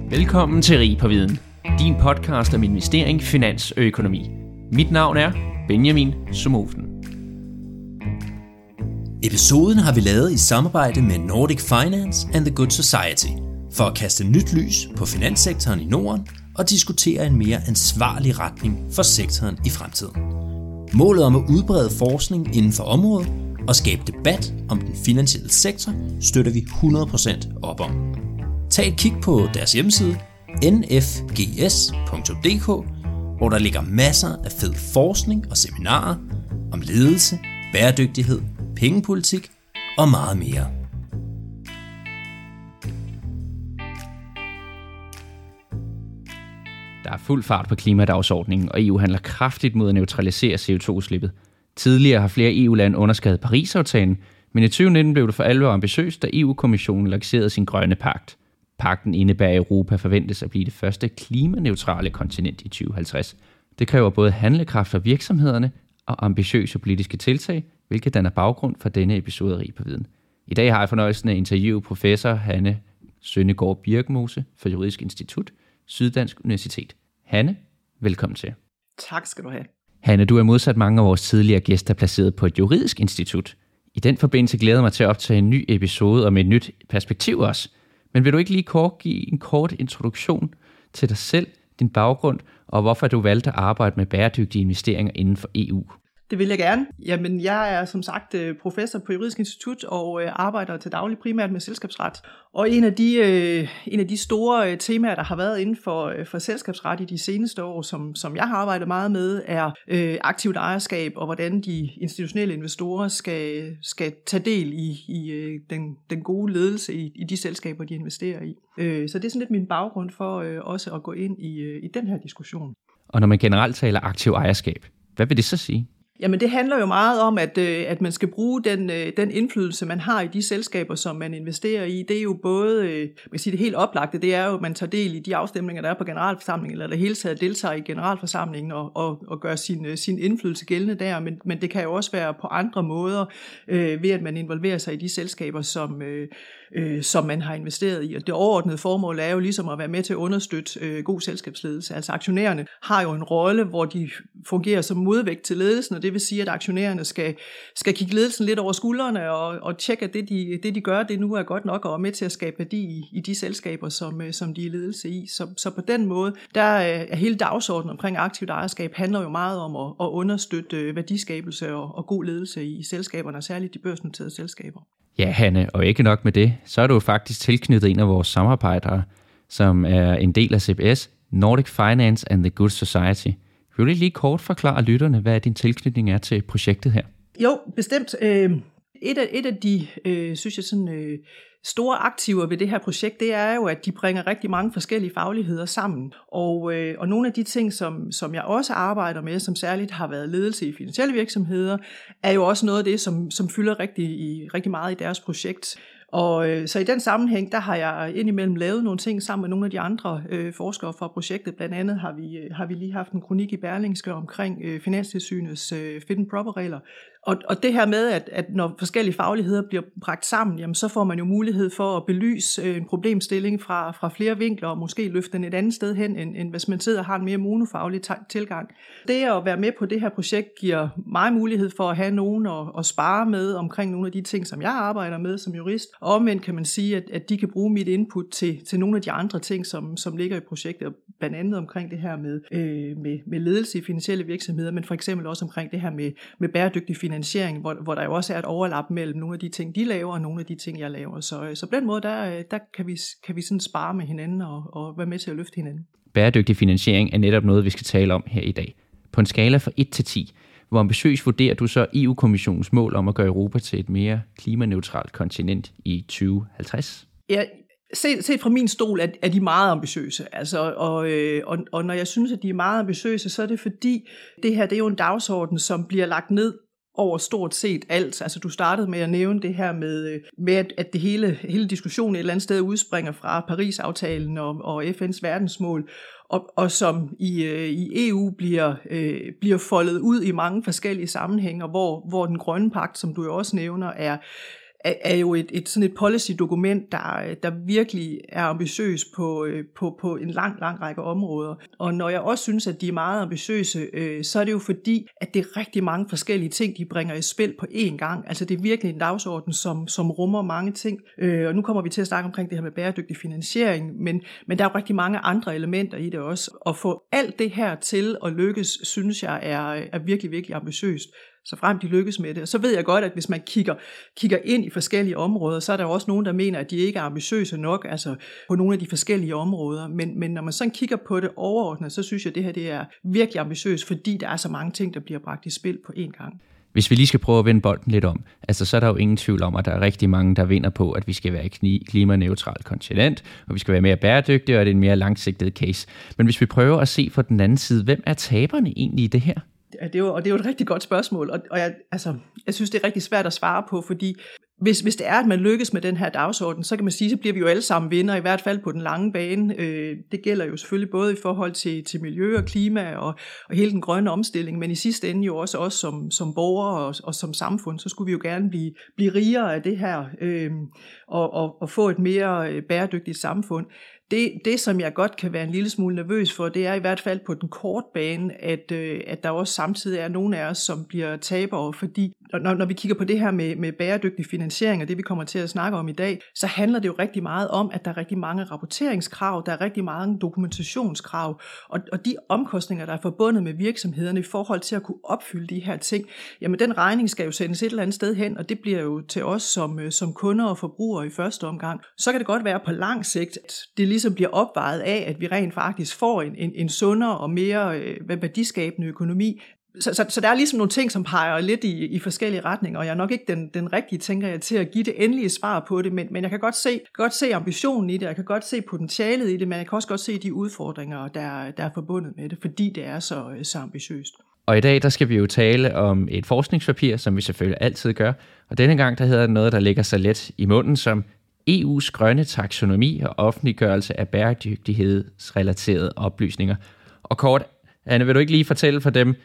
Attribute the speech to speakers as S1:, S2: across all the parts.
S1: Velkommen til Rig på Viden, din podcast om investering, finans og økonomi. Mit navn er Benjamin Somofen.
S2: Episoden har vi lavet i samarbejde med Nordic Finance and the Good Society for at kaste nyt lys på finanssektoren i Norden og diskutere en mere ansvarlig retning for sektoren i fremtiden. Målet om at udbrede forskning inden for området og skabe debat om den finansielle sektor støtter vi 100% op om. Tag et kig på deres hjemmeside nfgs.dk, hvor der ligger masser af fed forskning og seminarer om ledelse, bæredygtighed, pengepolitik og meget mere.
S1: Der er fuld fart på klimadagsordningen, og EU handler kraftigt mod at neutralisere CO2-udslippet. Tidligere har flere EU-lande underskrevet Paris-aftalen, men i 2019 blev det for alvor ambitiøst, da EU-kommissionen lancerede sin grønne pagt. Pagten indebærer, at Europa forventes at blive det første klimaneutrale kontinent i 2050. Det kræver både handlekraft for virksomhederne og ambitiøse politiske tiltag, hvilket danner baggrund for denne episode af Rig på Viden. I dag har jeg fornøjelsen af at interviewe professor Hanne Søndergaard Birkmose fra Juridisk Institut, Syddansk Universitet. Hanne, velkommen til.
S3: Tak skal du have.
S1: Hanne, du er modsat mange af vores tidligere gæster placeret på et juridisk institut. I den forbindelse glæder jeg mig til at optage en ny episode og med et nyt perspektiv også. Men vil du ikke lige give en kort introduktion til dig selv, din baggrund, og hvorfor du valgte at arbejde med bæredygtige investeringer inden for EU?
S3: Det vil jeg gerne. Jamen, jeg er som sagt professor på Juridisk Institut og arbejder til daglig primært med selskabsret. Og en af de store temaer, der har været inden for selskabsret i de seneste år, som jeg har arbejdet meget med, er aktivt ejerskab og hvordan de institutionelle investorer skal tage del i den gode ledelse i de selskaber, de investerer i. Så det er sådan lidt min baggrund for også at gå ind i den her diskussion.
S1: Og når man generelt taler aktiv ejerskab, hvad vil det så sige?
S3: Jamen det handler jo meget om, at man skal bruge den indflydelse, man har i de selskaber, som man investerer i. Det er jo både, man kan sige det helt oplagte, det er jo, at man tager del i de afstemninger, der er på generalforsamlingen, eller der hele taget deltager i generalforsamlingen og gør sin indflydelse gældende der. Men det kan jo også være på andre måder, ved at man involverer sig i de selskaber, som man har investeret i. Og det overordnede formål er jo ligesom at være med til at understøtte god selskabsledelse. Altså aktionærerne har jo en rolle, hvor de fungerer som modvægt til ledelsen, og det vil sige, at aktionærerne skal kigge ledelsen lidt over skuldrene og tjekke, at det de gør, det nu er godt nok, og er med til at skabe værdi i de selskaber, som de er ledelse i. Så på den måde, der er hele dagsordenen omkring aktivt ejerskab handler jo meget om at understøtte værdiskabelse og god ledelse i selskaberne, og særligt de børsnoterede selskaber.
S1: Ja, Hanne, og ikke nok med det, så er du faktisk tilknyttet en af vores samarbejdere, som er en del af CBS, Nordic Finance and the Good Society. Vil du lige kort forklare lytterne, hvad din tilknytning er til projektet her?
S3: Jo, bestemt. Et af de, synes jeg, sådan store aktiver ved det her projekt, det er jo, at de bringer rigtig mange forskellige fagligheder sammen. Og nogle af de ting, som jeg også arbejder med, som særligt har været ledelse i finansielle virksomheder, er jo også noget af det, som fylder rigtig meget i deres projekt. Og så i den sammenhæng, der har jeg indimellem lavet nogle ting sammen med nogle af de andre forskere fra projektet. Blandt andet har vi lige haft en kronik i Berlingske omkring Finanstilsynets fit and proper regler. Og det her med, at når forskellige fagligheder bliver bragt sammen, jamen, så får man jo mulighed for at belyse en problemstilling fra flere vinkler, og måske løfte den et andet sted hen, end hvis man sidder og har en mere monofaglig tilgang. Det at være med på det her projekt giver mig mulighed for at have nogen at spare med omkring nogle af de ting, som jeg arbejder med som jurist. Og omvendt kan man sige, at de kan bruge mit input til nogle af de andre ting, som ligger i projektet, blandt andet omkring det her med ledelse i finansielle virksomheder, men for eksempel også omkring det her med bæredygtig finansiering, hvor der jo også er et overlap mellem nogle af de ting, de laver, og nogle af de ting, jeg laver. Så på den måde, der kan vi sådan spare med hinanden og være med til at løfte hinanden.
S1: Bæredygtig finansiering er netop noget, vi skal tale om her i dag. På en skala fra 1 til 10, hvor ambitiøs vurderer du så EU-kommissionens mål om at gøre Europa til et mere klimaneutralt kontinent i 2050?
S3: Ja, set fra min stol er de meget ambitiøse. Altså, og når jeg synes, at de er meget ambitiøse, så er det fordi, det her det er jo en dagsorden, som bliver lagt ned over stort set alt. Altså du startede med at nævne det her med at det hele diskussionen et eller andet sted udspringer fra Paris-aftalen og FN's verdensmål, og som i EU bliver foldet ud i mange forskellige sammenhænge, hvor den grønne pagt, som du jo også nævner, er jo sådan et policy-dokument, der virkelig er ambitiøs på en lang række områder. Og når jeg også synes, at de er meget ambitiøse, så er det jo fordi, at det er rigtig mange forskellige ting, de bringer i spil på én gang. Altså det er virkelig en dagsorden, som rummer mange ting. Og nu kommer vi til at snakke omkring det her med bæredygtig finansiering, men der er jo rigtig mange andre elementer i det også. At få alt det her til at lykkes, synes jeg er virkelig, virkelig ambitiøst. Så frem de lykkes med det. Og så ved jeg godt, at hvis man kigger ind i forskellige områder, så er der også nogen, der mener, at de ikke er ambitiøse nok, altså på nogle af de forskellige områder. Men når man sådan kigger på det overordnet, så synes jeg, at det her det er virkelig ambitiøst, fordi der er så mange ting, der bliver bragt i spil på én gang.
S1: Hvis vi lige skal prøve at vende bolden lidt om, altså så er der jo ingen tvivl om, at der er rigtig mange, der vinder på, at vi skal være et klimaneutralt kontinent, og vi skal være mere bæredygtige, og det er en mere langsigtet case. Men hvis vi prøver at se fra den anden side, hvem er taberne egentlig i det her?
S3: Ja, det er jo et rigtig godt spørgsmål, og jeg synes, det er rigtig svært at svare på, fordi hvis det er, at man lykkes med den her dagsorden, så kan man sige, så bliver vi jo alle sammen vinder, i hvert fald på den lange bane. Det gælder jo selvfølgelig både i forhold til miljø og klima og hele den grønne omstilling, men i sidste ende jo også os som borgere og som samfund, så skulle vi jo gerne blive rigere af det her og få et mere bæredygtigt samfund. Det, som jeg godt kan være en lille smule nervøs for, det er i hvert fald på den korte bane, at der også samtidig er nogle af os, som bliver tabere, fordi når vi kigger på det her med bæredygtig finansiering, og det vi kommer til at snakke om i dag, så handler det jo rigtig meget om, at der er rigtig mange rapporteringskrav, der er rigtig mange dokumentationskrav, og de omkostninger, der er forbundet med virksomhederne i forhold til at kunne opfylde de her ting, jamen den regning skal jo sendes et eller andet sted hen, og det bliver jo til os som kunder og forbrugere i første omgang. Så kan det godt være på lang sigt, at det ligesom bliver opvejet af, at vi rent faktisk får en sundere og mere værdiskabende økonomi. Så der er ligesom nogle ting, som peger lidt i forskellige retninger, og jeg er nok ikke den rigtige, tænker jeg, til at give det endelige svar på det, men jeg kan godt se ambitionen i det, jeg kan godt se potentialet i det, men jeg kan også godt se de udfordringer, der er forbundet med det, fordi det er så ambitiøst.
S1: Og i dag, der skal vi jo tale om et forskningspapir, som vi selvfølgelig altid gør, og denne gang, der hedder det noget, der ligger så let i munden som EU's grønne taksonomi og offentliggørelse af bæredygtighedsrelaterede oplysninger. Og kort, Anne, vil du ikke lige fortælle for dem,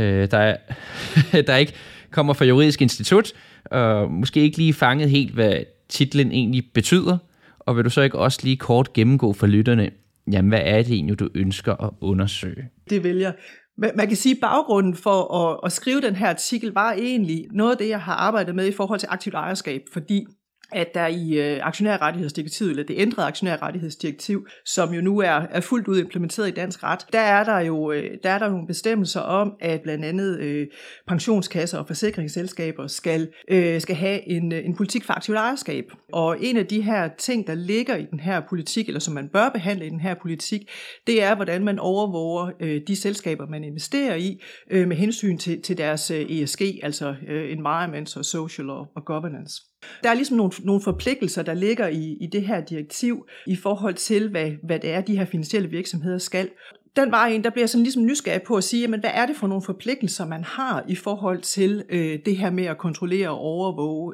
S1: der ikke kommer fra Juridisk Institut, og måske ikke lige fanget helt, hvad titlen egentlig betyder, og vil du så ikke også lige kort gennemgå for lytterne, jamen hvad er det egentlig, du ønsker at undersøge?
S3: Det vil jeg. Man kan sige, at baggrunden for at skrive den her artikel var egentlig noget af det, jeg har arbejdet med i forhold til aktivt ejerskab, fordi at der i aktionærrettighedsdirektivet, eller det ændrede aktionærrettighedsdirektiv, som jo nu er fuldt ud implementeret i dansk ret, der er der nogle bestemmelser om, at blandt andet pensionskasser og forsikringsselskaber skal have en politik for aktivt ejerskab. Og en af de her ting, der ligger i den her politik, eller som man bør behandle i den her politik, det er, hvordan man overvåger de selskaber, man investerer i, med hensyn til deres ESG, altså environment, social og governance. Der er ligesom nogle forpligtelser, der ligger i det her direktiv i forhold til, hvad det er, de her finansielle virksomheder skal. Den var en, der bliver sådan ligesom nysgerrig på at sige, jamen, hvad er det for nogle forpligtelser, man har i forhold til det her med at kontrollere og overvåge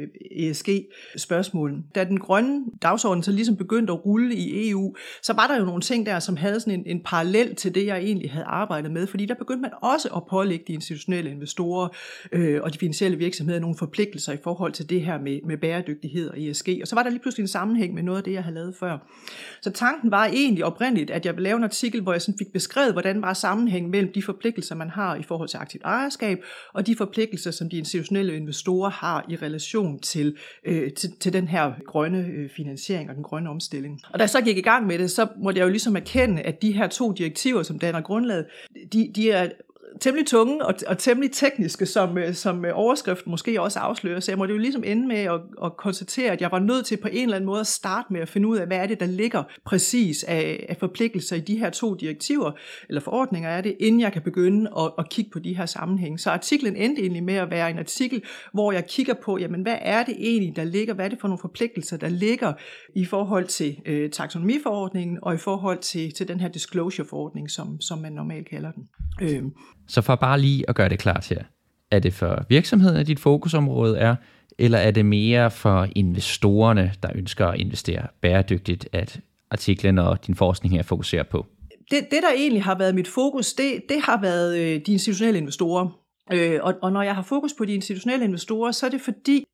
S3: ESG-spørgsmålen. Da den grønne dagsorden så ligesom begyndte at rulle i EU, så var der jo nogle ting der, som havde sådan en parallel til det, jeg egentlig havde arbejdet med, fordi der begyndte man også at pålægge de institutionelle investorer og de finansielle virksomheder nogle forpligtelser i forhold til det her med bæredygtighed og ESG. Og så var der lige pludselig en sammenhæng med noget af det, jeg havde lavet før. Så tanken var egentlig oprindeligt, at jeg ville lave en artikel, hvor jeg sådan fik beskrevet, hvordan var sammenhængen mellem de forpligtelser, man har i forhold til aktivt ejerskab, og de forpligtelser, som de institutionelle investorer har i relation til den her grønne finansiering og den grønne omstilling. Og da jeg så gik i gang med det, så måtte jeg jo ligesom erkende, at de her 2 direktiver, som danner grundlaget, de er temmelig tunge og temmelig tekniske, som overskriften måske også afslører. Så jeg måtte jo ligesom ende med at konstatere, at jeg var nødt til på en eller anden måde at starte med at finde ud af, hvad er det, der ligger præcis af forpligtelser i de her 2 direktiver, eller forordninger er det, inden jeg kan begynde at kigge på de her sammenhænge. Så artiklen endte egentlig med at være en artikel, hvor jeg kigger på, jamen hvad er det egentlig, der ligger, hvad er det for nogle forpligtelser, der ligger i forhold til taksonomiforordningen, og i forhold til den her disclosure-forordning, som man normalt kalder den.
S1: Så for bare lige at gøre det klart her, er det for virksomheden, at dit fokusområde er, eller er det mere for investorerne, der ønsker at investere bæredygtigt, at artiklen og din forskning her fokuserer på?
S3: Det der egentlig har været mit fokus, det har været de institutionelle investorer. Og når jeg har fokus på de institutionelle investorer, så er det fordi,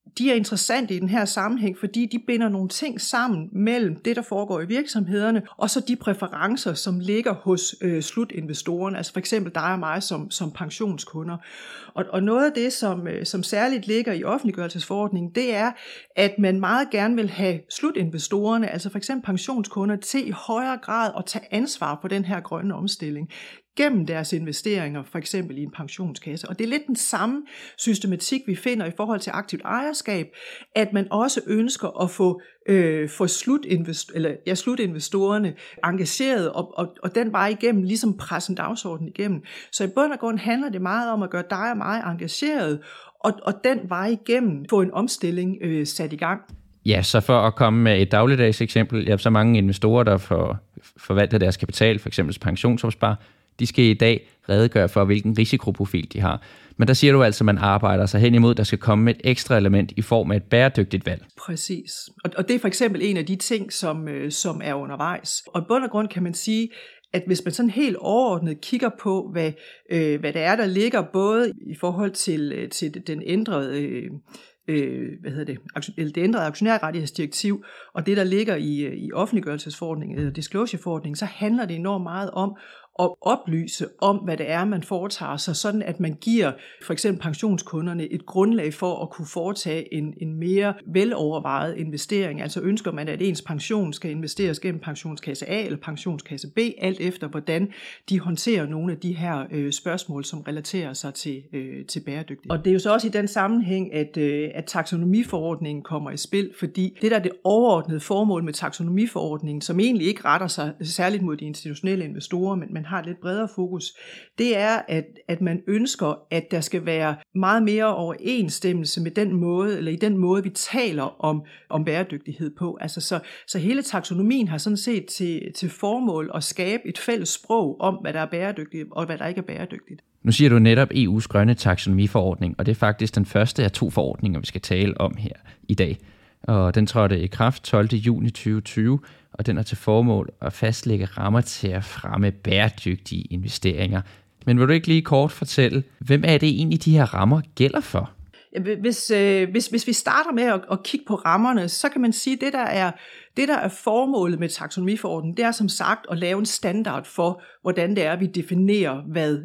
S3: de er interessante i den her sammenhæng, fordi de binder nogle ting sammen mellem det, der foregår i virksomhederne, og så de præferencer, som ligger hos slutinvestorerne, altså for eksempel dig og mig som pensionskunder. Og noget af det, som særligt ligger i offentliggørelsesforordningen, det er, at man meget gerne vil have slutinvestorerne, altså for eksempel pensionskunder, til i højere grad at tage ansvar for den her grønne omstilling gennem deres investeringer, for eksempel i en pensionskasse. Og det er lidt den samme systematik, vi finder i forhold til aktivt ejerskab, at man også ønsker at få slutinvestorerne engageret, og den vej igennem ligesom presse en dagsorden igennem. Så i bund og grund handler det meget om at gøre dig og mig engageret, og den vej igennem få en omstilling sat i gang.
S1: Ja, så for at komme med et dagligdags eksempel, så mange investorer, der forvalter deres kapital, f.eks. pensionsopspar, de skal i dag redegøre for, hvilken risikoprofil de har. Men der siger du altså, at man arbejder sig hen imod, der skal komme med et ekstra element i form af et bæredygtigt valg.
S3: Præcis. Og det er for eksempel en af de ting, som er undervejs. Og i bund og grund kan man sige, at hvis man sådan helt overordnet kigger på, hvad det er, der ligger både i forhold til den ændrede det ændrede aktionærrettighedsdirektiv, og det, der ligger i offentliggørelsesforordningen, eller disclosure-forordningen, så handler det enormt meget om at oplyse om, hvad det er, man foretager sig, sådan at man giver for eksempel pensionskunderne et grundlag for at kunne foretage en mere velovervejet investering. Altså ønsker man, at ens pension skal investeres gennem pensionskasse A eller pensionskasse B, alt efter hvordan de håndterer nogle af de her spørgsmål, som relaterer sig til bæredygtighed. Og det er jo så også i den sammenhæng, at taksonomiforordningen kommer i spil, fordi det der er det overordnede formål med taksonomiforordningen, som egentlig ikke retter sig særligt mod de institutionelle investorer, men man har et lidt bredere fokus, det er, at man ønsker, at der skal være meget mere overensstemmelse med den måde, eller i den måde, vi taler om bæredygtighed på. Altså så hele taksonomien har sådan set til formål at skabe et fælles sprog om, hvad der er bæredygtigt, og hvad der ikke er bæredygtigt.
S1: Nu siger du netop EU's grønne taksonomiforordning, og det er faktisk den første af 2 forordninger, vi skal tale om her i dag. Og den trådte i kraft 12. juni 2020, og den har til formål at fastlægge rammer til at fremme bæredygtige investeringer. Men vil du ikke lige kort fortælle, hvem er det egentlig, de her rammer gælder for?
S3: Hvis vi starter med at kigge på rammerne, så kan man sige, at det der er formålet med taksonomiforordningen, det er som sagt at lave en standard for, hvordan det er, vi definerer,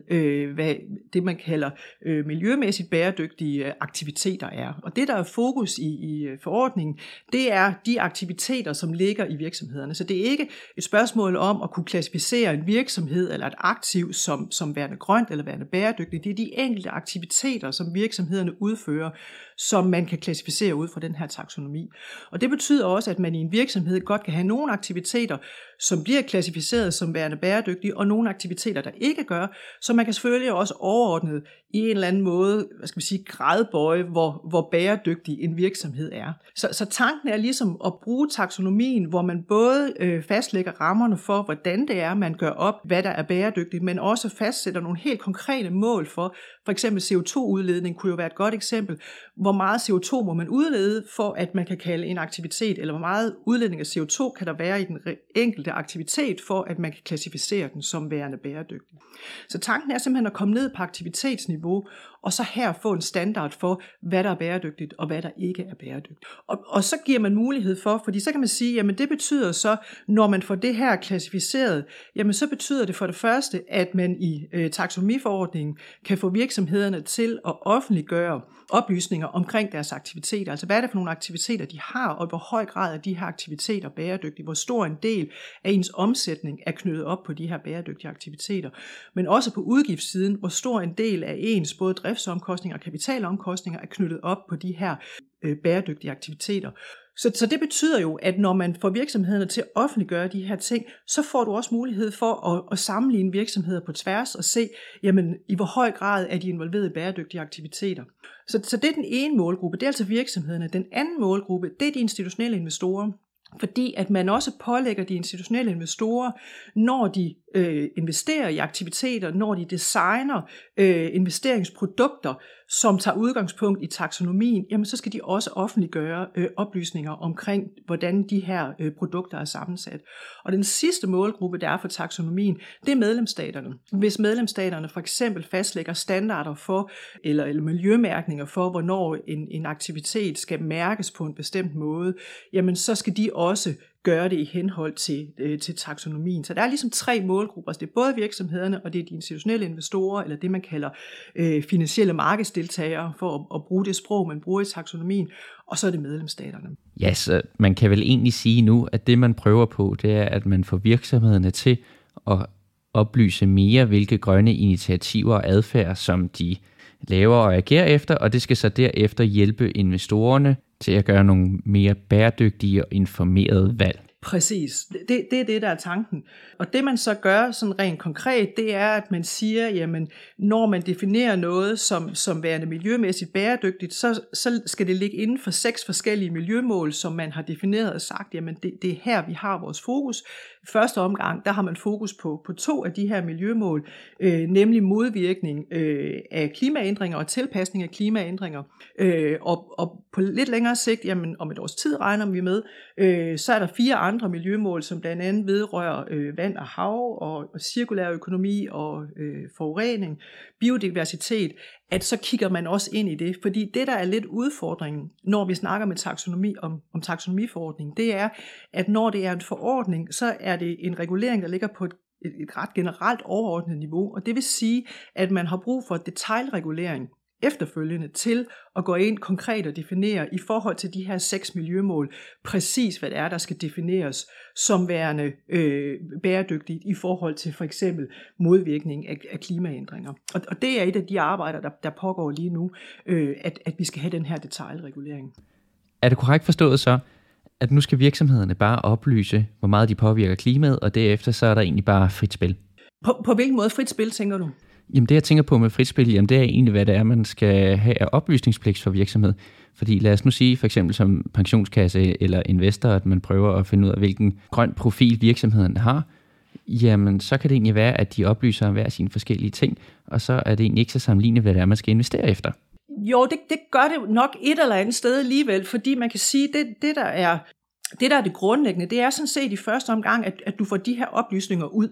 S3: hvad det man kalder miljømæssigt bæredygtige aktiviteter er. Og det der er fokus i forordningen, det er de aktiviteter, som ligger i virksomhederne. Så det er ikke et spørgsmål om at kunne klassificere en virksomhed eller et aktiv som værende grønt eller værende bæredygtigt. Det er de enkelte aktiviteter, som virksomhederne udfører, som man kan klassificere ud fra den her taksonomi. Og det betyder også, at man i en virksomhed godt kan have nogle aktiviteter, som bliver klassificeret som værende bæredygtige, og nogle aktiviteter, der ikke gør, så man kan selvfølgelig også overordnet i en eller anden måde, gradbøje, hvor bæredygtig en virksomhed er. Så tanken er ligesom at bruge taksonomien, hvor man både fastlægger rammerne for, hvordan det er, man gør op, hvad der er bæredygtigt, men også fastsætter nogle helt konkrete mål for eksempel CO2-udledning kunne jo være et godt eksempel. Hvor meget CO2 må man udlede, for at man kan kalde en aktivitet, eller hvor meget udledning af CO2 kan der være i den enkelte aktivitet, for at man kan klassificere den som værende bæredygtig. Så tanken er simpelthen at komme ned på aktivitetsniveau, og så her få en standard for, hvad der er bæredygtigt, og hvad der ikke er bæredygtigt. Og så giver man mulighed for, fordi så kan man sige, jamen det betyder så, når man får det her klassificeret, jamen så betyder det for det første, at man i taksonomiforordningen kan få virksomhederne til at offentliggøre oplysninger omkring deres aktiviteter. Altså hvad er det for nogle aktiviteter, de har, og hvor høj grad er de her aktiviteter bæredygtige, hvor stor en del af ens omsætning er knyttet op på de her bæredygtige aktiviteter. Men også på udgiftssiden, hvor stor en del af ens både driftsomkostninger og kapitalomkostninger er knyttet op på de her bæredygtige aktiviteter. Så det betyder jo, at når man får virksomhederne til at offentliggøre de her ting, så får du også mulighed for at sammenligne virksomheder på tværs og se, jamen, i hvor høj grad er de involveret i bæredygtige aktiviteter. Så det er den ene målgruppe, det er altså virksomhederne. Den anden målgruppe, det er de institutionelle investorer. Fordi at man også pålægger de institutionelle investorer, når de investerer i aktiviteter, når de designer investeringsprodukter, som tager udgangspunkt i taksonomien, jamen så skal de også offentliggøre oplysninger omkring, hvordan de her produkter er sammensat. Og den sidste målgruppe, der er for taksonomien, det er medlemsstaterne. Hvis medlemsstaterne for eksempel fastlægger standarder for, eller miljømærkninger for, hvornår en aktivitet skal mærkes på en bestemt måde, jamen så skal de også gøre det i henhold til taksonomien. Så der er ligesom 3 målgrupper. Det er både virksomhederne, og det er de institutionelle investorer, eller det man kalder finansielle markedsdeltagere, for at bruge det sprog, man bruger i taksonomien, og så er det medlemsstaterne.
S1: Ja, så man kan vel egentlig sige nu, at det man prøver på, det er, at man får virksomhederne til at oplyse mere, hvilke grønne initiativer og adfærd, som de laver og agerer efter, og det skal så derefter hjælpe investorerne til at gøre nogle mere bæredygtige og informerede valg.
S3: Præcis. Det er det, der er tanken. Og det man så gør sådan rent konkret, det er, at man siger, jamen, når man definerer noget som værende miljømæssigt bæredygtigt, så skal det ligge inden for 6 forskellige miljømål, som man har defineret og sagt, jamen, det er her, vi har vores fokus. I første omgang, der har man fokus på 2 af de her miljømål, nemlig modvirkning af klimaændringer og tilpasning af klimaændringer. Og på lidt længere sigt, jamen, om et års tid regner vi med, så er der 4 andre miljømål, som blandt andet vedrører vand og hav og cirkulær økonomi og forurening, biodiversitet, at så kigger man også ind i det. Fordi det, der er lidt udfordringen, når vi snakker med taksonomi om taksonomiforordningen, det er, at når det er en forordning, så er det en regulering, der ligger på et ret generelt overordnet niveau, og det vil sige, at man har brug for detailregulering efterfølgende til at gå ind konkret og definere i forhold til de her 6 miljømål, præcis hvad det er, der skal defineres som værende bæredygtigt i forhold til for eksempel modvirkning af klimaændringer. Og det er et af de arbejder, der pågår lige nu, at vi skal have den her detailregulering.
S1: Er det korrekt forstået så, at nu skal virksomhederne bare oplyse, hvor meget de påvirker klimaet, og derefter så er der egentlig bare frit spil?
S3: På hvilken måde frit spil, tænker du?
S1: Jamen det, jeg tænker på med frit spil, jamen det er egentlig, hvad det er, man skal have af oplysningspligt for virksomhed. Fordi lad os nu sige, for eksempel som pensionskasse eller investor, at man prøver at finde ud af, hvilken grøn profil virksomheden har, jamen så kan det egentlig være, at de oplyser hver sine forskellige ting, og så er det egentlig ikke så sammenlignet, hvad det er, man skal investere efter.
S3: Jo, det gør det nok et eller andet sted alligevel, fordi man kan sige, det der er det grundlæggende, det er sådan set i første omgang, at du får de her oplysninger ud.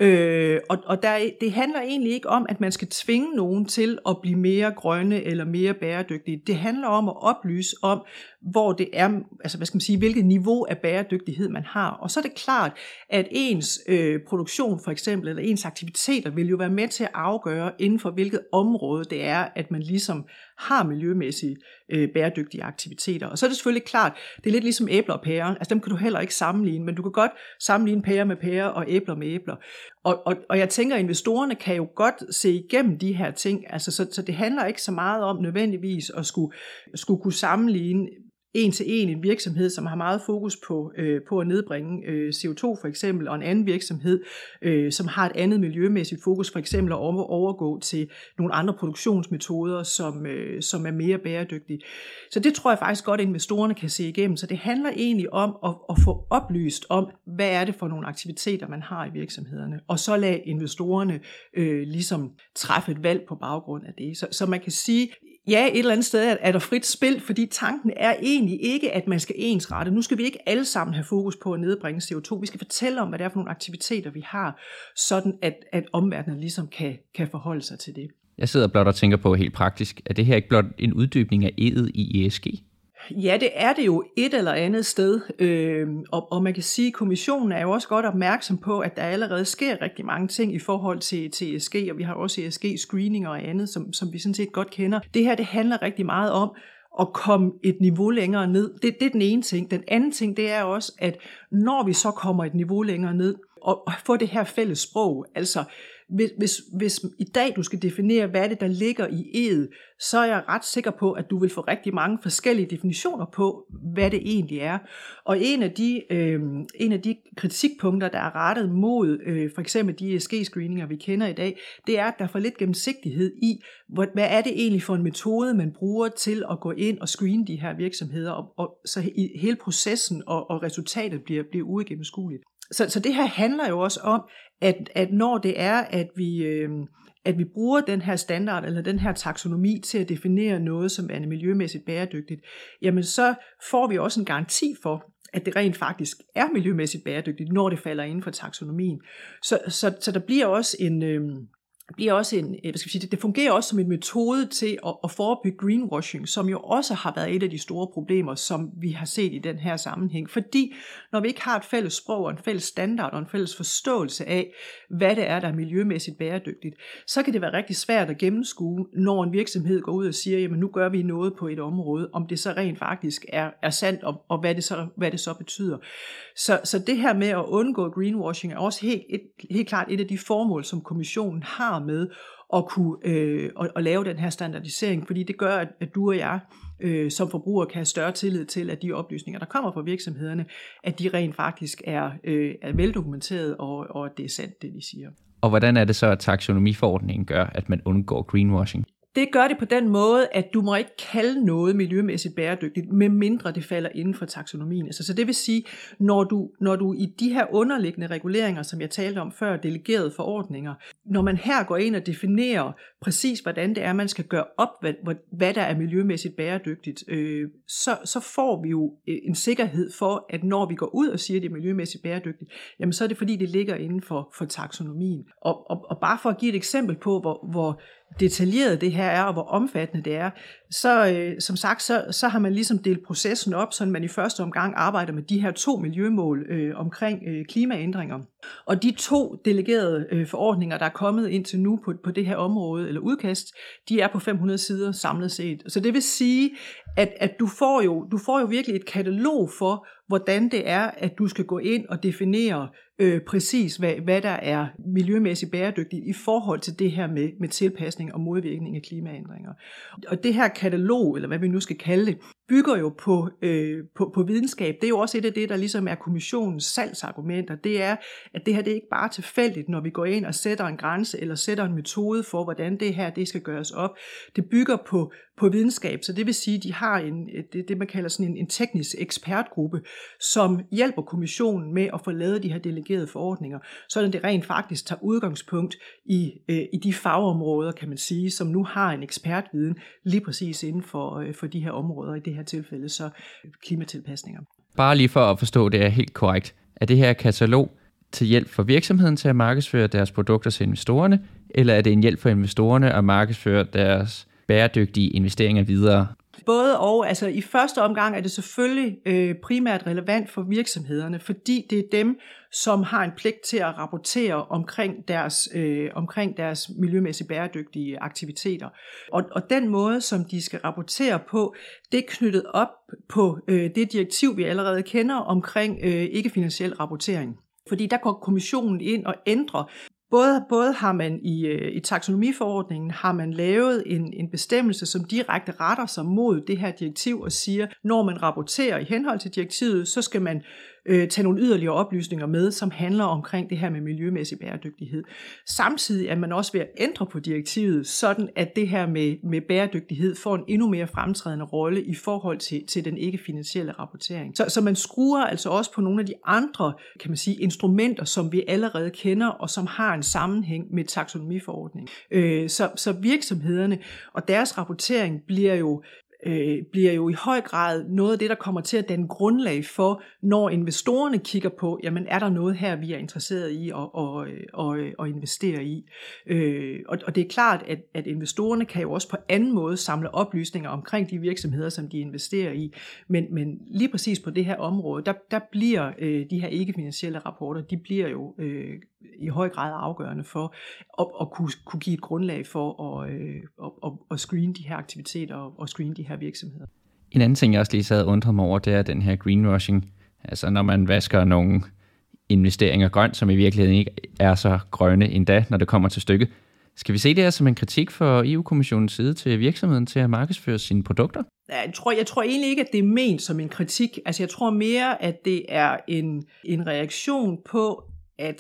S3: Det handler egentlig ikke om, at man skal tvinge nogen til at blive mere grønne eller mere bæredygtige. Det handler om at oplyse om, hvor det er, altså hvad skal man sige, hvilket niveau af bæredygtighed man har. Og så er det klart, at ens produktion for eksempel, eller ens aktiviteter vil jo være med til at afgøre, inden for hvilket område det er, at man ligesom har miljømæssige bæredygtige aktiviteter. Og så er det selvfølgelig klart, det er lidt ligesom æbler og pærer. Altså dem kan du heller ikke sammenligne, men du kan godt sammenligne pærer med pærer og æbler med æbler. Og jeg tænker, at investorerne kan jo godt se igennem de her ting. Altså, så det handler ikke så meget om nødvendigvis at skulle kunne sammenligne en til en virksomhed, som har meget fokus på at nedbringe CO2 for eksempel, og en anden virksomhed, som har et andet miljømæssigt fokus, for eksempel at overgå til nogle andre produktionsmetoder, som er mere bæredygtige. Så det tror jeg faktisk godt, at investorerne kan se igennem. Så det handler egentlig om at få oplyst om, hvad er det for nogle aktiviteter, man har i virksomhederne, og så lade investorerne ligesom træffe et valg på baggrund af det. Så man kan sige, ja, et eller andet sted er der frit spil, fordi tanken er egentlig ikke, at man skal ensrette. Nu skal vi ikke alle sammen have fokus på at nedbringe CO2. Vi skal fortælle om, hvad det er for nogle aktiviteter, vi har, sådan at omverdenen ligesom kan forholde sig til det.
S1: Jeg sidder blot og tænker på helt praktisk, er det her ikke blot en uddybning af E'et i ESG?
S3: Ja, det er det jo et eller andet sted, og man kan sige, at kommissionen er jo også godt opmærksom på, at der allerede sker rigtig mange ting i forhold til ESG, og vi har også ESG-screening og andet, som vi sådan set godt kender. Det her, det handler rigtig meget om at komme et niveau længere ned. Det er den ene ting. Den anden ting, det er også, at når vi så kommer et niveau længere ned, og få det her fælles sprog, altså hvis i dag du skal definere, hvad det der ligger i E'et, så er jeg ret sikker på, at du vil få rigtig mange forskellige definitioner på, hvad det egentlig er. Og en af de kritikpunkter, der er rettet mod for eksempel de ESG-screeninger, vi kender i dag, det er, at der er for lidt gennemsigtighed i, hvad er det egentlig for en metode, man bruger til at gå ind og screene de her virksomheder, og så hele processen og resultatet bliver uigennemskueligt. Så det her handler jo også om, at når det er, at vi bruger den her standard eller den her taksonomi til at definere noget, som er miljømæssigt bæredygtigt, jamen så får vi også en garanti for, at det rent faktisk er miljømæssigt bæredygtigt, når det falder inden for taksonomien. Så der bliver også det fungerer også som en metode til at forebygge greenwashing, som jo også har været et af de store problemer, som vi har set i den her sammenhæng. Fordi når vi ikke har et fælles sprog og en fælles standard og en fælles forståelse af, hvad det er, der er miljømæssigt bæredygtigt, så kan det være rigtig svært at gennemskue, når en virksomhed går ud og siger, jamen nu gør vi noget på et område, om det så rent faktisk er sandt, og hvad det så betyder. Så det her med at undgå greenwashing er også helt klart et af de formål, som kommissionen har med at kunne at lave den her standardisering, fordi det gør, at du og jeg som forbrugere kan have større tillid til, at de oplysninger, der kommer fra virksomhederne, at de rent faktisk er veldokumenteret, og at det er sandt, det de siger.
S1: Og hvordan er det så, at taksonomiforordningen gør, at man undgår greenwashing?
S3: Det gør det på den måde, at du må ikke kalde noget miljømæssigt bæredygtigt, medmindre det falder inden for taksonomien. Altså, så det vil sige, når du i de her underliggende reguleringer, som jeg talte om før, delegerede forordninger, når man her går ind og definerer præcis, hvordan det er, man skal gøre op, hvad der er miljømæssigt bæredygtigt, så får vi jo en sikkerhed for, at når vi går ud og siger, at det er miljømæssigt bæredygtigt, jamen så er det fordi, det ligger inden for taksonomien. Og bare for at give et eksempel på, hvor detaljeret det her er, og hvor omfattende det er, så som sagt, så har man ligesom delt processen op, så man i første omgang arbejder med de her 2 miljømål omkring klimaændringer. Og de 2 delegerede forordninger, der er kommet indtil nu på det her område, eller udkast, de er på 500 sider samlet set. Så det vil sige, at du får jo virkelig et katalog for, hvordan det er, at du skal gå ind og definere præcis, hvad der er miljømæssigt bæredygtigt i forhold til det her med tilpasning og modvirkning af klimaændringer. Og det her katalog, eller hvad vi nu skal kalde det, bygger jo på videnskab. Det er jo også et af det, der ligesom er kommissionens salgsargumenter. Det er, at det her det er ikke bare tilfældigt, når vi går ind og sætter en grænse eller sætter en metode for, hvordan det her det skal gøres op. Det bygger på videnskab, så det vil sige, at de har det man kalder sådan en teknisk ekspertgruppe, som hjælper kommissionen med at få lavet de her delegerede forordninger, så det rent faktisk tager udgangspunkt i de fagområder, kan man sige, som nu har en ekspertviden lige præcis inden for de her områder, i det her tilfælde så klimatilpasninger.
S1: Bare lige for at forstå det er helt korrekt. Er det her katalog til hjælp for virksomheden til at markedsføre deres produkter til investorerne, eller er det en hjælp for investorerne at markedsføre deres bæredygtige investeringer videre?
S3: Både og. Altså i første omgang er det selvfølgelig primært relevant for virksomhederne, fordi det er dem, som har en pligt til at rapportere omkring deres miljømæssigt bæredygtige aktiviteter. Og den måde, som de skal rapportere på, det er knyttet op på det direktiv, vi allerede kender omkring ikke-finansiel rapportering. Fordi der går kommissionen ind og ændrer. Både har man i taksonomiforordningen har man lavet en bestemmelse, som direkte retter sig mod det her direktiv og siger, når man rapporterer i henhold til direktivet, så skal man tage nogle yderligere oplysninger med, som handler omkring det her med miljømæssig bæredygtighed. Samtidig er man også ved at ændre på direktivet, sådan at det her med bæredygtighed får en endnu mere fremtrædende rolle i forhold til den ikke-finansielle rapportering. Så man skruer altså også på nogle af de andre, kan man sige, instrumenter, som vi allerede kender, og som har en sammenhæng med taksonomiforordningen. Så virksomhederne og deres rapportering bliver jo i høj grad noget af det, der kommer til at danne grundlag for, når investorerne kigger på, jamen er der noget her, vi er interesseret i at investere i. Og det er klart, at investorerne kan jo også på anden måde samle oplysninger omkring de virksomheder, som de investerer i. Men lige præcis på det her område, der bliver de her ikke-finansielle rapporter, de bliver jo i høj grad afgørende for at kunne give et grundlag for at screene de her aktiviteter og screene de her virksomheder.
S1: En anden ting, jeg også lige sad og undrede mig over, det er den her greenwashing. Altså når man vasker nogle investeringer grønt, som i virkeligheden ikke er så grønne endda, når det kommer til stykket. Skal vi se det her som en kritik for EU-kommissionens side til virksomheden til at markedsføre sine produkter?
S3: Jeg tror egentlig ikke, at det er ment som en kritik. Altså jeg tror mere, at det er en reaktion på, at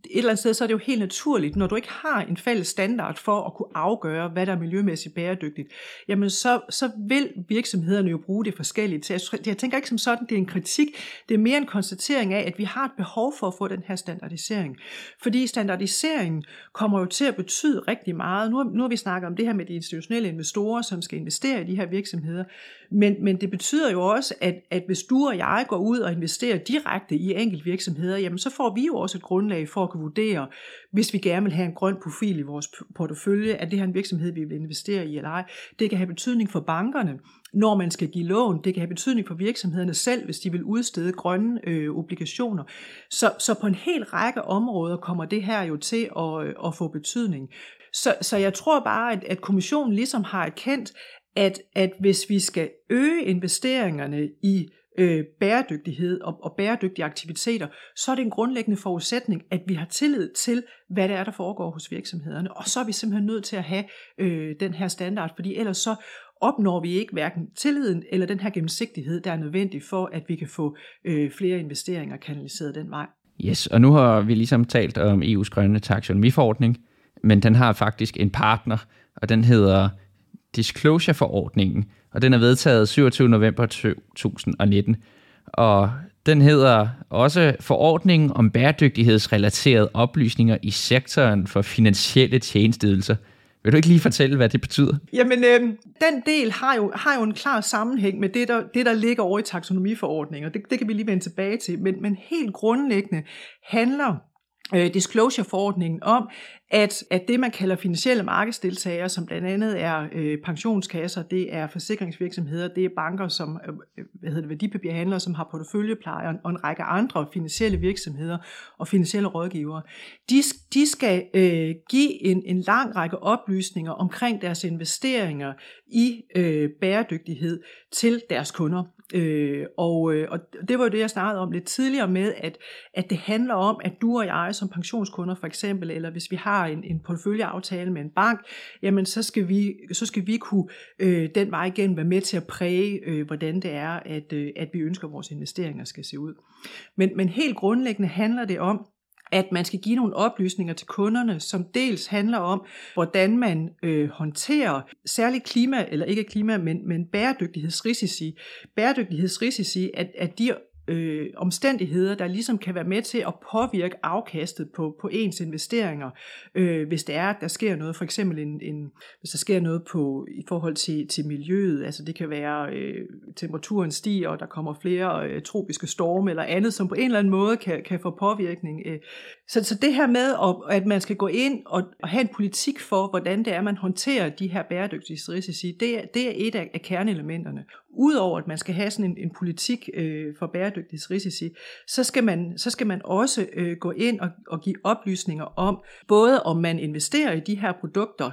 S3: eller andet sted, så er det jo helt naturligt, når du ikke har en fælles standard for at kunne afgøre, hvad der er miljømæssigt bæredygtigt, jamen så vil virksomhederne jo bruge det forskelligt. Så jeg tænker ikke som sådan, det er en kritik, det er mere en konstatering af, at vi har et behov for at få den her standardisering. Fordi standardiseringen kommer jo til at betyde rigtig meget. Nu har vi snakket om det her med de institutionelle investorer, som skal investere i de her virksomheder, men det betyder jo også, at hvis du og jeg går ud og investerer direkte i enkelte virksomheder, jamen så får vi jo også et grundlag for at kunne vurdere, hvis vi gerne vil have en grøn profil i vores portefølje, at det her en virksomhed, vi vil investere i eller ej. Det kan have betydning for bankerne, når man skal give lån. Det kan have betydning for virksomhederne selv, hvis de vil udstede grønne obligationer. Så på en hel række områder kommer det her jo til at få betydning. Så jeg tror bare, at kommissionen ligesom har erkendt, at hvis vi skal øge investeringerne i bæredygtighed og bæredygtige aktiviteter, så er det en grundlæggende forudsætning, at vi har tillid til, hvad det er, der foregår hos virksomhederne. Og så er vi simpelthen nødt til at have den her standard, fordi ellers så opnår vi ikke hverken tilliden eller den her gennemsigtighed, der er nødvendig for, at vi kan få flere investeringer kanaliseret den vej.
S1: Yes, og nu har vi ligesom talt om EU's grønne taksonomiforordning, men den har faktisk en partner, og den hedder Disclosure-forordningen, og den er vedtaget 27. november 2019. Og den hedder også forordningen om bæredygtighedsrelaterede oplysninger i sektoren for finansielle tjenesteydelser. Vil du ikke lige fortælle, hvad det betyder?
S3: Jamen, den del har jo en klar sammenhæng med det, der ligger over i taksonomiforordningen, og det kan vi lige vende tilbage til. Men helt grundlæggende handler disclosure-forordningen om, at det, man kalder finansielle markedsdeltagere, som blandt andet er pensionskasser, det er forsikringsvirksomheder, det er banker, som værdipapirhandlere, som har porteføljeplejer, og en række andre finansielle virksomheder og finansielle rådgivere, de skal give en lang række oplysninger omkring deres investeringer i bæredygtighed til deres kunder. Og det var jo det, jeg snakkede om lidt tidligere med, at det handler om, at du og jeg som pensionskunder for eksempel, eller hvis vi har en porteføljeaftale med en bank, jamen så skal vi kunne den vej igen være med til at præge, hvordan det er, at vi ønsker, at vores investeringer skal se ud. Men helt grundlæggende handler det om, at man skal give nogle oplysninger til kunderne, som dels handler om, hvordan man håndterer særligt klima, eller ikke klima, men bæredygtighedsrisici. Bæredygtighedsrisici, at de omstændigheder, der ligesom kan være med til at påvirke afkastet på ens investeringer, hvis det er, at der sker noget, for eksempel hvis der sker noget i forhold til miljøet, altså det kan være temperaturen stiger, og der kommer flere tropiske storme eller andet, som på en eller anden måde kan få påvirkning. Så det her med, at man skal gå ind og have en politik for, hvordan det er, man håndterer de her bæredygtighedsrisici, det er et af kerneelementerne. Udover at man skal have sådan en politik for bæredygtighedsrisici, så skal man også gå ind og give oplysninger om, både om man investerer i de her produkter,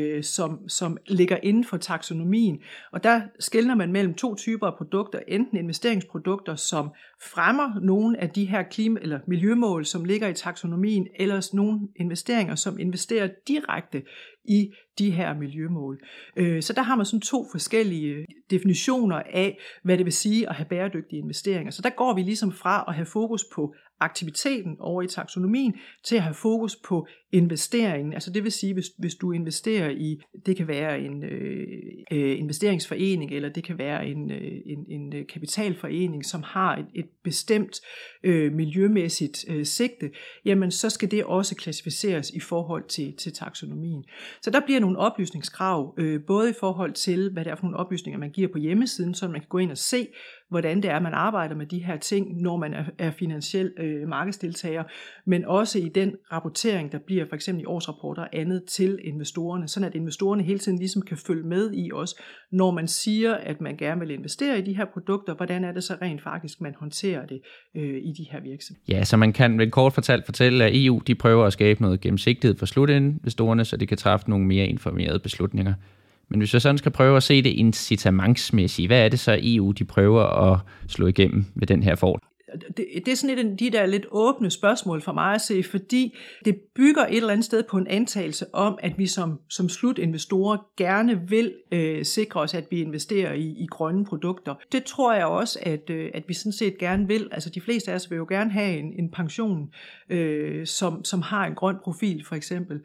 S3: som ligger inden for taksonomien. Og der skelner man mellem to typer af produkter, enten investeringsprodukter, som fremmer nogle af de her klima- eller miljømål, som ligger i taksonomien, eller nogle investeringer, som investerer direkte i de her miljømål. Så der har man sådan to forskellige definitioner af, hvad det vil sige at have bæredygtige investeringer. Så der går vi ligesom fra at have fokus på aktiviteten over i taksonomien, til at have fokus på investeringen. Altså det vil sige, hvis du investerer i, det kan være en investeringsforening, eller det kan være en kapitalforening, som har et bestemt miljømæssigt sigte, jamen så skal det også klassificeres i forhold til taksonomien. Så der bliver nogle oplysningskrav, både i forhold til, hvad det er for nogle oplysninger, man giver på hjemmesiden, så man kan gå ind og se, hvordan det er, man arbejder med de her ting, når man er finansiel markedsdeltager, men også i den rapportering, der bliver for eksempel i årsrapporter og andet til investorerne, sådan at investorerne hele tiden ligesom kan følge med i os, når man siger, at man gerne vil investere i de her produkter, hvordan er det så rent faktisk, man håndterer det i de her virksomheder.
S1: Ja, så man kan vel kort fortælle, at EU de prøver at skabe noget gennemsigtighed for slutinvestorerne, så de kan træffe nogle mere informerede beslutninger. Men hvis jeg sådan skal prøve at se det incitamentsmæssigt, hvad er det så EU, de prøver at slå igennem ved den her forordning?
S3: det er sådan et af de der lidt åbne spørgsmål for mig at se, fordi det bygger et eller andet sted på en antagelse om, at vi som slutinvestorer gerne vil sikre os, at vi investerer i grønne produkter. Det tror jeg også, at vi sådan set gerne vil. Altså de fleste af os vil jo gerne have en pension, som har en grøn profil for eksempel.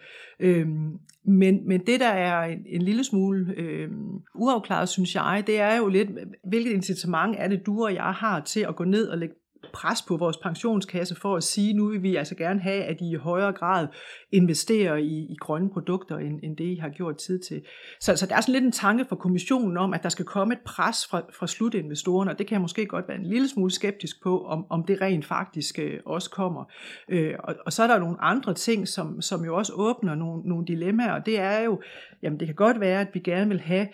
S3: Men det, der er en lille smule uafklaret, synes jeg, det er jo lidt, hvilket incitament er det, du og jeg har til at gå ned og lægge pres på vores pensionskasse for at sige, nu vil vi altså gerne have, at I i højere grad investerer i grønne produkter, end det I har gjort tid til. Så der er sådan lidt en tanke fra kommissionen om, at der skal komme et pres fra slutinvestorerne, og det kan jeg måske godt være en lille smule skeptisk på, om det rent faktisk også kommer. Og så er der nogle andre ting, som jo også åbner nogle dilemmaer, og det er jo, jamen det kan godt være, at vi gerne vil have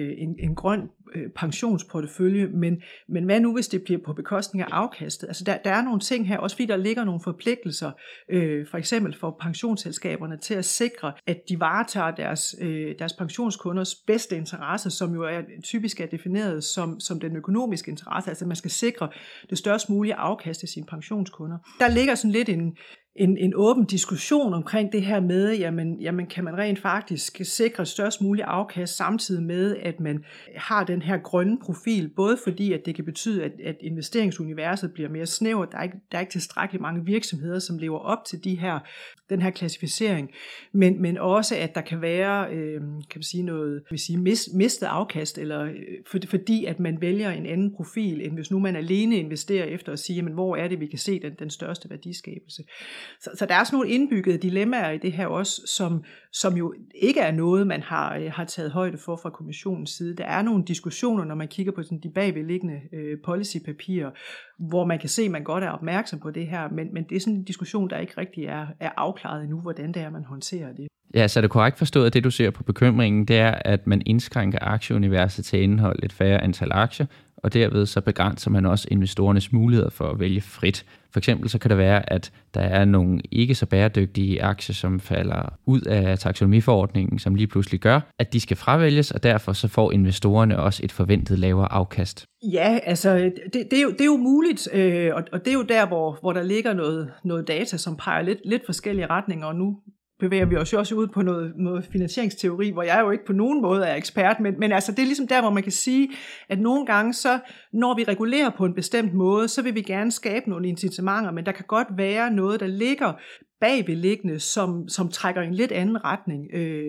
S3: en grøn pensionsportefølje, men hvad nu, hvis det bliver på bekostning af afkastet? Altså der er nogle ting her, også fordi der ligger nogle forpligtelser, for eksempel for pensionsselskaberne, til at sikre, at de varetager deres pensionskunders bedste interesse, som jo typisk er defineret som den økonomiske interesse, altså man skal sikre det størst mulige afkast af sine pensionskunder. Der ligger sådan lidt en åben diskussion omkring det her med, jamen kan man rent faktisk sikre størst mulig afkast samtidig med, at man har den her grønne profil, både fordi, at det kan betyde, at investeringsuniverset bliver mere snævert, der er ikke tilstrækkeligt mange virksomheder, som lever op til den her klassificering, men også, at der kan være, kan man sige noget, mistet afkast, eller fordi, at man vælger en anden profil, end hvis nu man alene investerer efter at sige, jamen hvor er det, vi kan se den største værdiskabelse. Så der er sådan nogle indbyggede dilemmaer i det her også, som jo ikke er noget, man har taget højde for fra kommissionens side. Der er nogle diskussioner, når man kigger på sådan de bagvedliggende policypapirer, hvor man kan se, at man godt er opmærksom på det her, men det er sådan en diskussion, der ikke rigtig er afklaret endnu, hvordan det er, man håndterer det.
S1: Ja, så er det korrekt forstået, at det du ser på bekymringen, det er, at man indskrænker aktieuniverset til at indeholde et færre antal aktier, og derved så begrænser man også investorernes muligheder for at vælge frit. For eksempel så kan det være, at der er nogle ikke så bæredygtige aktier, som falder ud af taksonomiforordningen, som lige pludselig gør, at de skal fravælges, og derfor så får investorerne også et forventet lavere afkast.
S3: Ja, altså det er jo muligt, og det er jo der, hvor der ligger noget data, som peger lidt forskellige retninger, og nu bevæger vi os jo også ud på noget finansieringsteori, hvor jeg jo ikke på nogen måde er ekspert, men altså det er ligesom der, hvor man kan sige, at nogle gange så, når vi regulerer på en bestemt måde, så vil vi gerne skabe nogle incitamenter, men der kan godt være noget, der ligger bagvedliggende, som trækker i en lidt anden retning,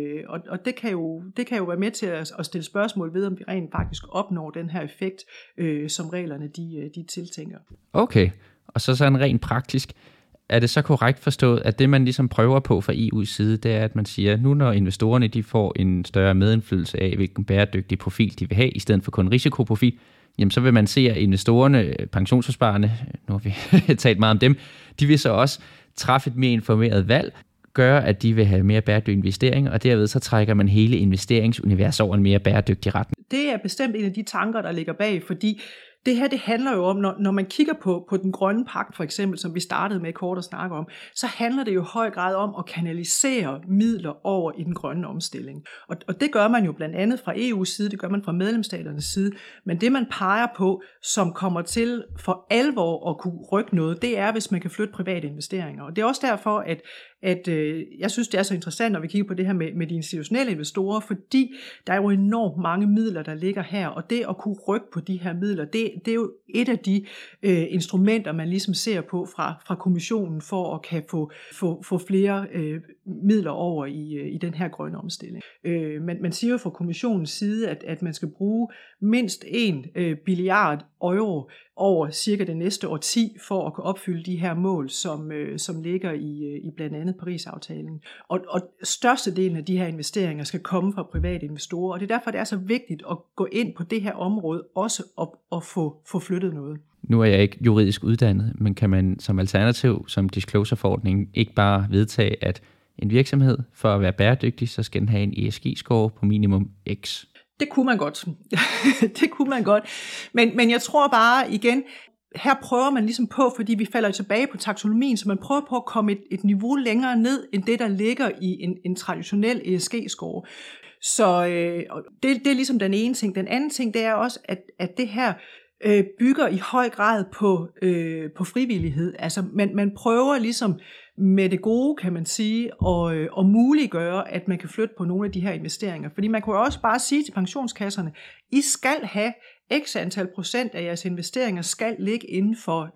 S3: og det kan jo være med til at stille spørgsmål ved, om vi rent faktisk opnår den her effekt, som reglerne de tiltænker.
S1: Okay, og så sådan rent praktisk, er det så korrekt forstået, at det man ligesom prøver på fra EU's side, det er, at man siger, at nu når investorerne de får en større medindflydelse af, hvilken bæredygtig profil de vil have, i stedet for kun risikoprofil, jamen så vil man se, at investorerne, pensionsopsparerne, nu har vi talt meget om dem, de vil så også træffe et mere informeret valg, gøre, at de vil have mere bæredygtige investeringer, og derved så trækker man hele investeringsuniverset over en mere bæredygtig retning.
S3: Det er bestemt en af de tanker, der ligger bag, fordi det her, det handler jo om, når man kigger på den grønne pagt, for eksempel, som vi startede med kort at snakke om, så handler det jo i høj grad om at kanalisere midler over i den grønne omstilling. Og det gør man jo blandt andet fra EU's side, det gør man fra medlemsstaternes side, men det man peger på, som kommer til for alvor at kunne rykke noget, det er, hvis man kan flytte private investeringer. Og det er også derfor, at jeg synes, det er så interessant, når vi kigger på det her med de institutionelle investorer, fordi der er jo enormt mange midler, der ligger her, og det at kunne rykke på de her midler, det er jo et af de instrumenter, man ligesom ser på fra kommissionen for at kan få flere midler over i den her grønne omstilling. Men man siger jo fra kommissionens side, at man skal bruge mindst 1 billiard euro over cirka det næste årti for at kunne opfylde de her mål, som ligger i blandt andet Paris-aftalen. Og størstedelen af de her investeringer skal komme fra private investorer, og det er derfor, det er så vigtigt at gå ind på det her område, også at få flyttet noget.
S1: Nu er jeg ikke juridisk uddannet, men kan man som alternativ, som disclosure-forordningen, ikke bare vedtage, at en virksomhed, for at være bæredygtig, så skal den have en ESG-score på minimum X?
S3: Det kunne man godt. Det kunne man godt. Men jeg tror bare igen, her prøver man ligesom på, fordi vi falder tilbage på taksonomien, så man prøver på at komme et niveau længere ned, end det, der ligger i en traditionel ESG-score. Så det er ligesom den ene ting. Den anden ting, det er også, at det her bygger i høj grad på frivillighed. Altså man prøver ligesom med det gode, kan man sige, og muliggøre, at man kan flytte på nogle af de her investeringer. Fordi man kunne også bare sige til pensionskasserne, I skal have x antal procent af jeres investeringer skal ligge inden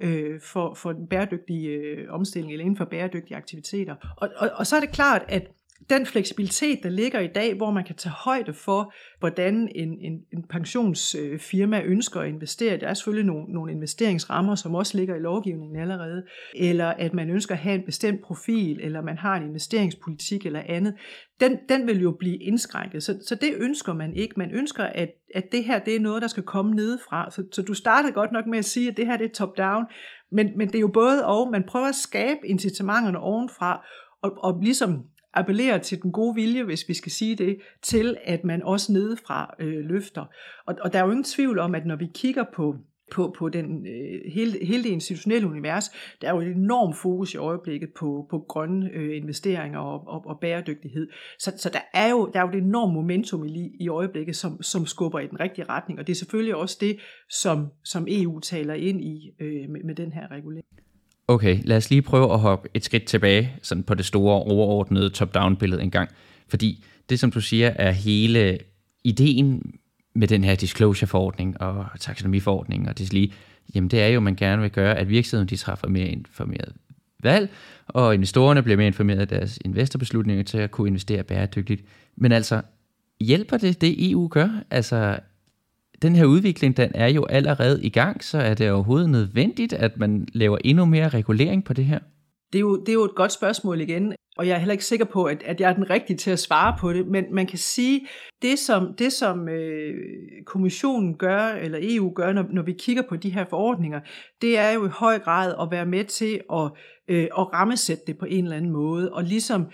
S3: for den bæredygtige omstilling, eller inden for bæredygtige aktiviteter. Og så er det klart, at den fleksibilitet, der ligger i dag, hvor man kan tage højde for, hvordan en pensionsfirma ønsker at investere. Der er selvfølgelig nogle investeringsrammer, som også ligger i lovgivningen allerede, eller at man ønsker at have en bestemt profil, eller man har en investeringspolitik eller andet. Den vil jo blive indskrænket, så det ønsker man ikke. Man ønsker, at det her det er noget, der skal komme nedefra. Så du startede godt nok med at sige, at det her det er top-down, men det er jo både og. Man prøver at skabe incitamenterne ovenfra, og ligesom appellerer til den gode vilje, hvis vi skal sige det, til at man også nedefra løfter. Og der er jo ingen tvivl om, at når vi kigger på den, hele det institutionelle univers, der er jo et enormt fokus i øjeblikket på grønne investeringer og bæredygtighed. Så der er jo et enormt momentum i øjeblikket, som skubber i den rigtige retning, og det er selvfølgelig også det, som EU taler ind i med den her regulering.
S1: Okay, lad os lige prøve at hoppe et skridt tilbage sådan på det store overordnede top-down-billede en gang. Fordi det, som du siger, er hele ideen med den her disclosure-forordning og taksonomiforordning og deslige, jamen det er jo, at man gerne vil gøre, at virksomheden de træffer mere informeret valg, og investorerne bliver mere informeret af deres investorbeslutninger til at kunne investere bæredygtigt. Men altså, hjælper det EU gør? Altså, den her udvikling, den er jo allerede i gang, så er det overhovedet nødvendigt, at man laver endnu mere regulering på det her?
S3: Det er jo et godt spørgsmål igen, og jeg er heller ikke sikker på, at jeg er den rigtige til at svare på det, men man kan sige, det som kommissionen gør, eller EU gør, når vi kigger på de her forordninger, det er jo i høj grad at være med til at rammesætte det på en eller anden måde, og ligesom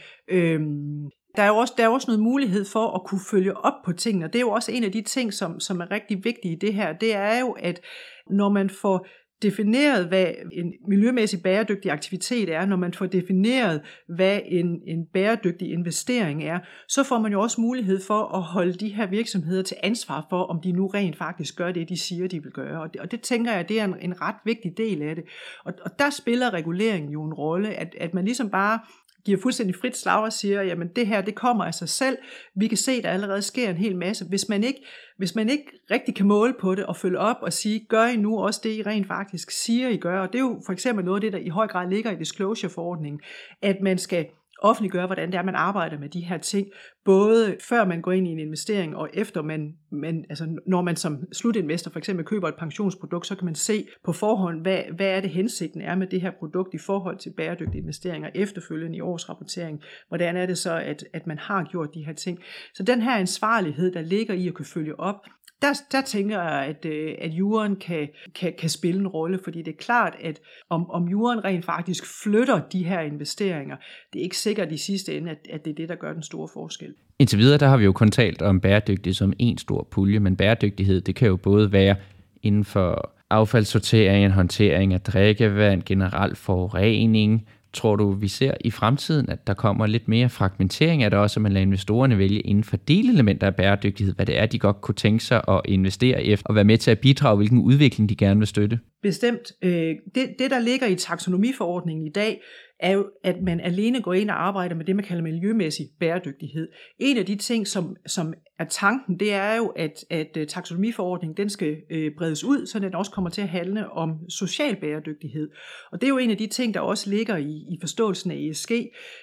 S3: der er jo også noget mulighed for at kunne følge op på tingene, og det er jo også en af de ting, som er rigtig vigtige i det her, det er jo, at når man får defineret, hvad en miljømæssig bæredygtig aktivitet er, når man får defineret, hvad en bæredygtig investering er, så får man jo også mulighed for at holde de her virksomheder til ansvar for, om de nu rent faktisk gør det, de siger, de vil gøre. Og det tænker jeg, det er en ret vigtig del af det. Og der spiller reguleringen jo en rolle, at man ligesom bare giver fuldstændig frit slag og siger, jamen det her, det kommer af sig selv. Vi kan se, der allerede sker en hel masse. Hvis man ikke rigtig kan måle på det og følge op og sige, gør I nu også det, I rent faktisk siger, I gør. Og det er jo for eksempel noget af det, der i høj grad ligger i disclosure-forordningen, at man skal offentliggøre, hvordan det er, man arbejder med de her ting, både før man går ind i en investering, og efter altså når man som slutinvestor for eksempel køber et pensionsprodukt, så kan man se på forhånd, hvad er det hensigten er med det her produkt i forhold til bæredygtige investeringer efterfølgende i årsrapportering. Hvordan er det så, at man har gjort de her ting. Så den her ansvarlighed, der ligger i at kunne følge op, der tænker jeg, at juraen kan spille en rolle, fordi det er klart, at om juraen rent faktisk flytter de her investeringer, det er ikke sikkert i sidste ende, at det er det, der gør den store forskel.
S1: Indtil videre, der har vi jo kun talt om bæredygtighed som en stor pulje, men bæredygtighed, det kan jo både være inden for affaldssortering, håndtering af drikkevand, generel forurening. Tror du, vi ser i fremtiden, at der kommer lidt mere fragmentering af det også, at man lader investorerne vælge inden for delelementer af bæredygtighed, hvad det er, de godt kunne tænke sig at investere efter, og være med til at bidrage, hvilken udvikling de gerne vil støtte?
S3: Bestemt. Det, der ligger i taksonomiforordningen i dag, er jo, at man alene går ind og arbejder med det, man kalder miljømæssig bæredygtighed. En af de ting, som er tanken, det er jo, at taksonomiforordningen, den skal bredes ud, så den også kommer til at handle om social bæredygtighed. Og det er jo en af de ting, der også ligger i forståelsen af ESG.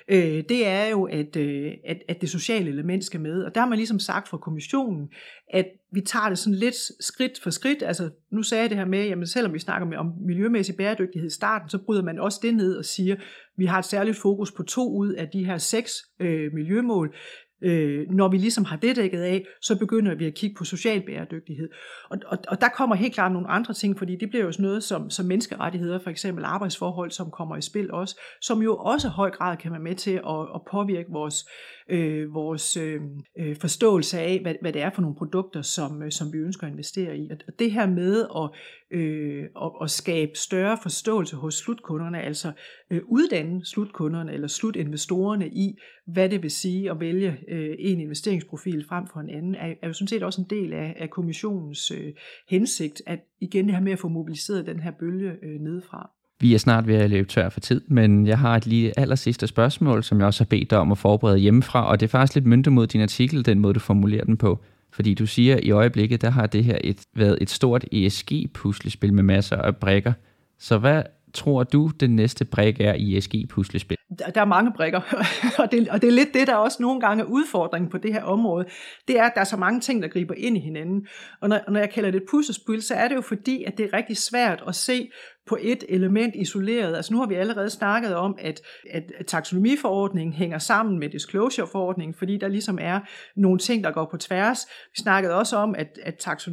S3: Det er jo, at det sociale element skal med. Og der har man ligesom sagt fra kommissionen, at vi tager det sådan lidt skridt for skridt. Altså, nu sagde jeg det her med, jamen selvom vi snakker om miljømæssig bæredygtighed i starten, så bryder man også det ned og siger, vi har et særligt fokus på 2 ud af de her 6 miljømål. Når vi ligesom har det dækket af, så begynder vi at kigge på social bæredygtighed. Og der kommer helt klart nogle andre ting, fordi det bliver jo sådan noget som menneskerettigheder, for eksempel arbejdsforhold, som kommer i spil også, som jo også i høj grad kan være med til at påvirke vores forståelse af, hvad det er for nogle produkter, som vi ønsker at investere i. Og det her med at skabe større forståelse hos slutkunderne, altså uddanne slutkunderne eller slutinvestorerne i, hvad det vil sige at vælge en investeringsprofil frem for en anden, er jo sådan set også en del af kommissionens hensigt, at igen det her med at få mobiliseret den her bølge nedefra.
S1: Vi er snart ved at løbe tør for tid, men jeg har et lige allersidste spørgsmål, som jeg også har bedt dig om at forberede hjemmefra, og det er faktisk lidt møntet mod din artikel, den måde du formulerer den på. Fordi du siger, at i øjeblikket, der har det her været et stort ESG-puslespil med masser af brikker. Så hvad tror du, den næste brik er i ESG-puslespil?
S3: Der er mange brikker, og det er lidt det, der også nogle gange er udfordringen på det her område. Det er, at der er så mange ting, der griber ind i hinanden. Og når jeg kalder det et puslespil, så er det jo fordi, at det er rigtig svært at se på et element isoleret. Altså nu har vi allerede snakket om, at taksonomiforordningen hænger sammen med disclosure-forordningen, fordi der ligesom er nogle ting, der går på tværs. Vi snakkede også om, at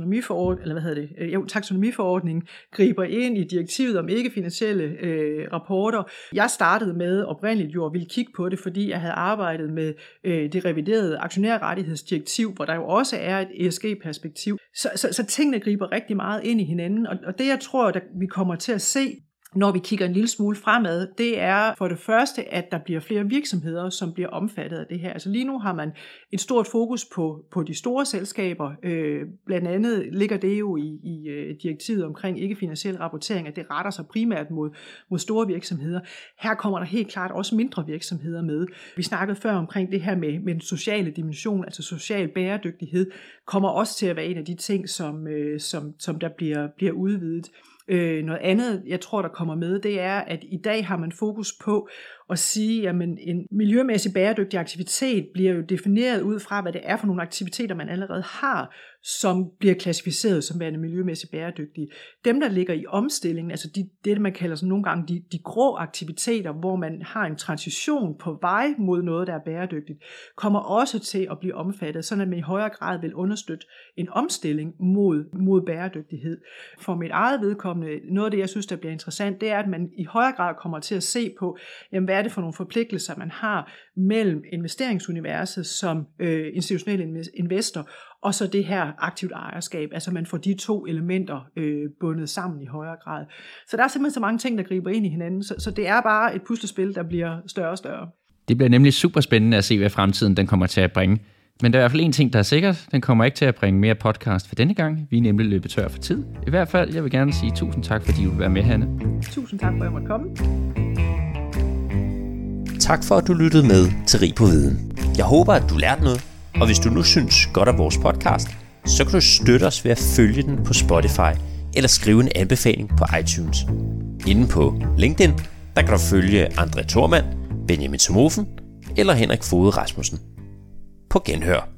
S3: taksonomiforordningen griber ind i direktivet om ikke-finansielle rapporter. Jeg startede med oprindeligt jo at ville kigge på det, fordi jeg havde arbejdet med det reviderede aktionærrettighedsdirektiv, hvor der jo også er et ESG-perspektiv. Så tingene griber rigtig meget ind i hinanden, og det jeg tror, at vi kommer til at se, når vi kigger en lille smule fremad, det er for det første, at der bliver flere virksomheder, som bliver omfattet af det her. Altså lige nu har man et stort fokus på de store selskaber. Blandt andet ligger det jo i direktivet omkring ikke-finansiel rapportering, at det retter sig primært mod store virksomheder. Her kommer der helt klart også mindre virksomheder med. Vi snakkede før omkring det her med den sociale dimension, altså social bæredygtighed, kommer også til at være en af de ting, som der bliver udvidet. Noget andet, jeg tror, der kommer med, det er, at i dag har man fokus på at sige, at en miljømæssig bæredygtig aktivitet bliver jo defineret ud fra, hvad det er for nogle aktiviteter, man allerede har, som bliver klassificeret som værende miljømæssigt bæredygtige. Dem, der ligger i omstillingen, altså det man kalder sådan nogle gange de grå aktiviteter, hvor man har en transition på vej mod noget, der er bæredygtigt, kommer også til at blive omfattet, sådan at man i højere grad vil understøtte en omstilling mod bæredygtighed. For mit eget vedkommende, noget af det, jeg synes, der bliver interessant, det er, at man i højere grad kommer til at se på, jamen, hvad er det for nogle forpligtelser, man har mellem investeringsuniverset som institutionel investor, og så det her aktivt ejerskab, altså man får de to elementer bundet sammen i højere grad. Så der er simpelthen så mange ting, der griber ind i hinanden, så det er bare et puslespil, der bliver større og større.
S1: Det bliver nemlig super spændende at se, hvad fremtiden den kommer til at bringe. Men der er i hvert fald en ting, der er sikkert. Den kommer ikke til at bringe mere podcast for denne gang. Vi er nemlig løbet tør for tid. I hvert fald, jeg vil gerne sige tusind tak, fordi du vil være med, Hanne.
S3: Tusind tak for, at jeg måtte komme.
S2: Tak for, at du lyttede med til Rig på Viden. Jeg håber, at du lærte noget, og hvis du nu synes godt af vores podcast, så kan du støtte os ved at følge den på Spotify eller skrive en anbefaling på iTunes. Inde på LinkedIn, der kan du følge André Thormand, Benjamin Somofen eller Henrik Foged Rasmussen. På genhør.